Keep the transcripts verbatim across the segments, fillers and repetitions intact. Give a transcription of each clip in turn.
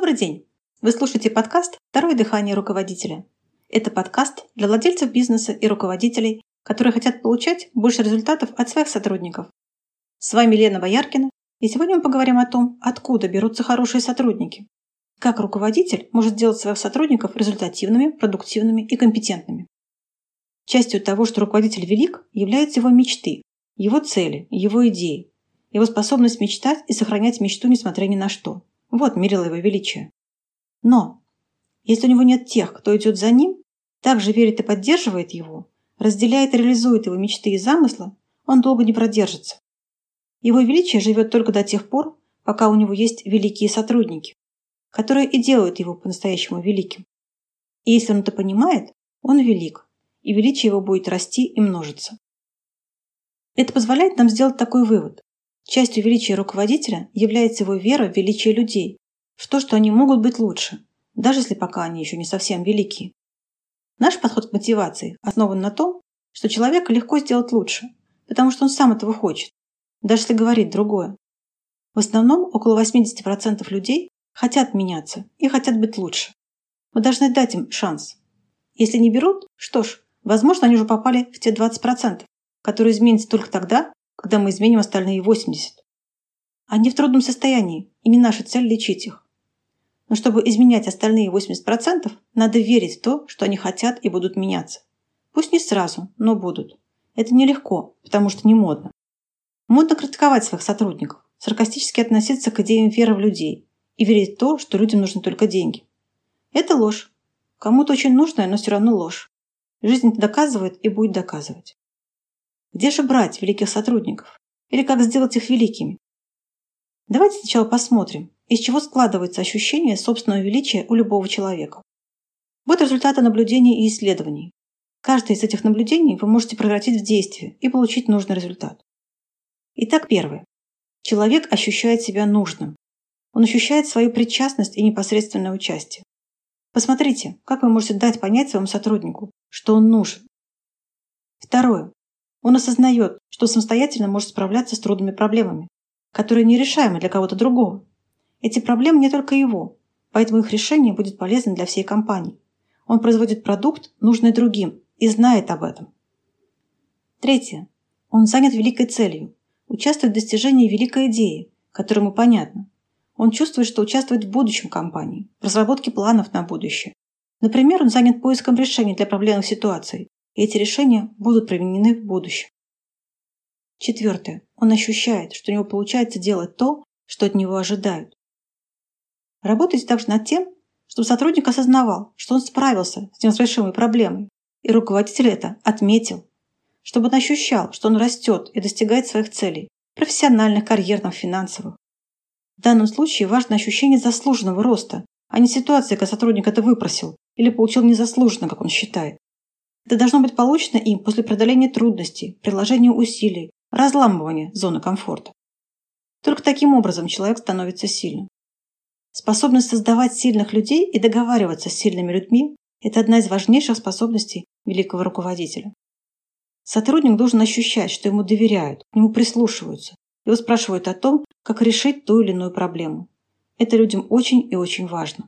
Добрый день! Вы слушаете подкаст «Второе дыхание руководителя». Это подкаст для владельцев бизнеса и руководителей, которые хотят получать больше результатов от своих сотрудников. С вами Лена Бояркина, и сегодня мы поговорим о том, откуда берутся хорошие сотрудники. Как руководитель может сделать своих сотрудников результативными, продуктивными и компетентными. Частью того, что руководитель велик, являются его мечты, его цели, его идеи, его способность мечтать и сохранять мечту, несмотря ни на что. Вот мерило его величия. Но если у него нет тех, кто идет за ним, также верит и поддерживает его, разделяет и реализует его мечты и замыслы, он долго не продержится. Его величие живет только до тех пор, пока у него есть великие сотрудники, которые и делают его по-настоящему великим. И если он это понимает, он велик, и величие его будет расти и множиться. Это позволяет нам сделать такой вывод. Частью величия руководителя является его вера в величие людей, в то, что они могут быть лучше, даже если пока они еще не совсем великие. Наш подход к мотивации основан на том, что человека легко сделать лучше, потому что он сам этого хочет, даже если говорит другое. В основном около восемьдесят процентов людей хотят меняться и хотят быть лучше. Мы должны дать им шанс. Если не берут, что ж, возможно, они уже попали в те двадцать процентов, которые изменятся только тогда, когда мы изменим остальные восемьдесят процентов. Они в трудном состоянии, и не наша цель лечить их. Но чтобы изменять остальные восемьдесят процентов, надо верить в то, что они хотят и будут меняться. Пусть не сразу, но будут. Это нелегко, потому что не модно. Модно критиковать своих сотрудников, саркастически относиться к идеям веры в людей и верить в то, что людям нужны только деньги. Это ложь. Кому-то очень нужная, но все равно ложь. Жизнь это доказывает и будет доказывать. Где же брать великих сотрудников? Или как сделать их великими? Давайте сначала посмотрим, из чего складывается ощущение собственного величия у любого человека. Вот результаты наблюдений и исследований. Каждое из этих наблюдений вы можете превратить в действие и получить нужный результат. Итак, первое. Человек ощущает себя нужным. Он ощущает свою причастность и непосредственное участие. Посмотрите, как вы можете дать понять своему сотруднику, что он нужен. Второе. Он осознает, что самостоятельно может справляться с трудными проблемами, которые нерешаемы для кого-то другого. Эти проблемы не только его, поэтому их решение будет полезно для всей компании. Он производит продукт, нужный другим, и знает об этом. Третье. Он занят великой целью, участвует в достижении великой идеи, которая ему понятна. Он чувствует, что участвует в будущем компании, в разработке планов на будущее. Например, он занят поиском решений для проблемных ситуаций, и эти решения будут применены в будущем. Четвертое. Он ощущает, что у него получается делать то, что от него ожидают. Работайте также над тем, чтобы сотрудник осознавал, что он справился с неразрешимой проблемой, и руководитель это отметил, чтобы он ощущал, что он растет и достигает своих целей – профессиональных, карьерных, финансовых. В данном случае важно ощущение заслуженного роста, а не ситуация, когда сотрудник это выпросил или получил незаслуженно, как он считает. Это должно быть получено им после преодоления трудностей, приложения усилий, разламывания зоны комфорта. Только таким образом человек становится сильным. Способность создавать сильных людей и договариваться с сильными людьми – это одна из важнейших способностей великого руководителя. Сотрудник должен ощущать, что ему доверяют, к нему прислушиваются, его спрашивают о том, как решить ту или иную проблему. Это людям очень и очень важно.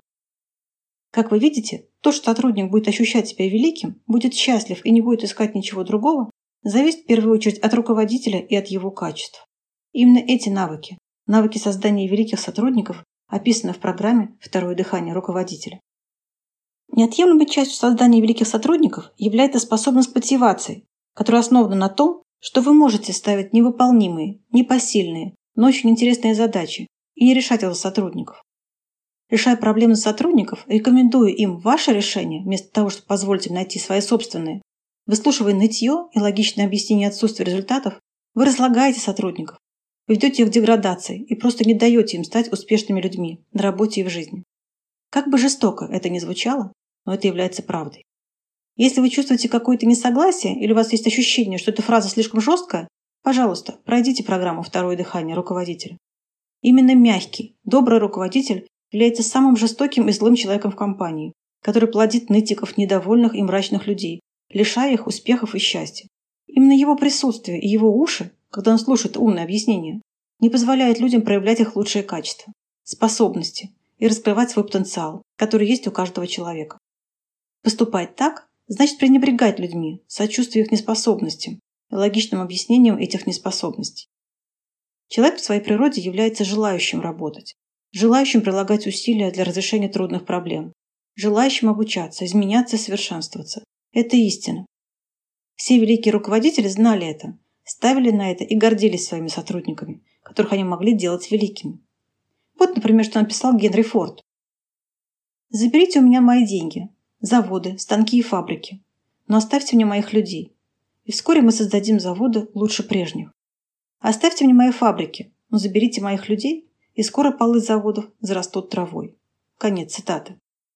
Как вы видите, то, что сотрудник будет ощущать себя великим, будет счастлив и не будет искать ничего другого, зависит в первую очередь от руководителя и от его качеств. Именно эти навыки, навыки создания великих сотрудников, описаны в программе «Второе дыхание руководителя». Неотъемлемой частью создания великих сотрудников является способность к мотивации, которая основана на том, что вы можете ставить невыполнимые, непосильные, но очень интересные задачи и не решать их за сотрудников. Решая проблемы сотрудников, рекомендую им ваше решение, вместо того, чтобы позволить им найти свои собственные. Выслушивая нытье и логичное объяснение отсутствия результатов, вы разлагаете сотрудников, вы ведете их к деградации и просто не даете им стать успешными людьми на работе и в жизни. Как бы жестоко это ни звучало, но это является правдой. Если вы чувствуете какое-то несогласие или у вас есть ощущение, что эта фраза слишком жесткая, пожалуйста, пройдите программу «Второе дыхание руководителя». Именно мягкий, добрый руководитель является самым жестоким и злым человеком в компании, который плодит нытиков, недовольных и мрачных людей, лишая их успехов и счастья. Именно его присутствие и его уши, когда он слушает умные объяснения, не позволяет людям проявлять их лучшие качества, способности и раскрывать свой потенциал, который есть у каждого человека. Поступать так значит пренебрегать людьми, сочувствие их неспособностям и логичным объяснением этих неспособностей. Человек в своей природе является желающим работать, желающим прилагать усилия для разрешения трудных проблем, желающим обучаться, изменяться и совершенствоваться. Это истина. Все великие руководители знали это, ставили на это и гордились своими сотрудниками, которых они могли делать великими. Вот, например, что написал Генри Форд. «Заберите у меня мои деньги, заводы, станки и фабрики, но оставьте мне моих людей, и вскоре мы создадим заводы лучше прежних. Оставьте мне мои фабрики, но заберите моих людей, и скоро полы заводов зарастут травой». Конец цитаты.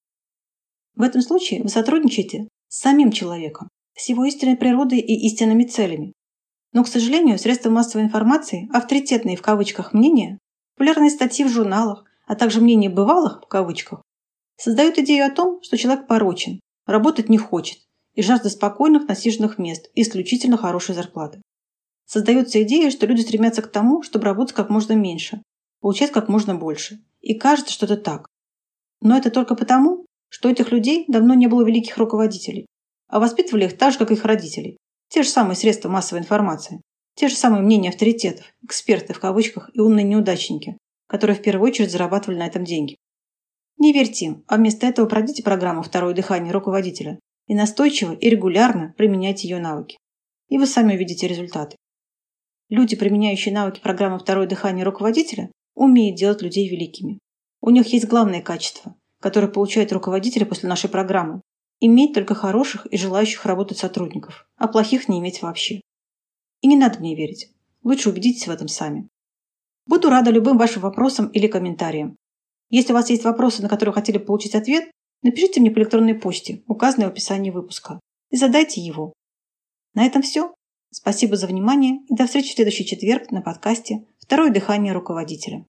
В этом случае вы сотрудничаете с самим человеком, с его истинной природой и истинными целями. Но, к сожалению, средства массовой информации, авторитетные в кавычках мнения, популярные статьи в журналах, а также мнения «бывалых» в кавычках, создают идею о том, что человек порочен, работать не хочет и жажда спокойных, насиженных мест и исключительно хорошей зарплаты. Создается идея, что люди стремятся к тому, чтобы работать как можно меньше, получать как можно больше. И кажется, что это так. Но это только потому, что у этих людей давно не было великих руководителей, а воспитывали их так же, как их родителей. Те же самые средства массовой информации, те же самые мнения авторитетов, эксперты в кавычках и умные неудачники, которые в первую очередь зарабатывали на этом деньги. Не верьте им, а вместо этого пройдите программу «Второе дыхание руководителя» и настойчиво и регулярно применяйте ее навыки. И вы сами увидите результаты. Люди, применяющие навыки программы «Второе дыхание руководителя», умеют делать людей великими. У них есть главное качество, которое получает руководитель после нашей программы – иметь только хороших и желающих работать сотрудников, а плохих не иметь вообще. И не надо мне верить. Лучше убедитесь в этом сами. Буду рада любым вашим вопросам или комментариям. Если у вас есть вопросы, на которые хотели получить ответ, напишите мне по электронной почте, указанной в описании выпуска, и задайте его. На этом все. Спасибо за внимание и до встречи в следующий четверг на подкасте «Второе дыхание руководителя».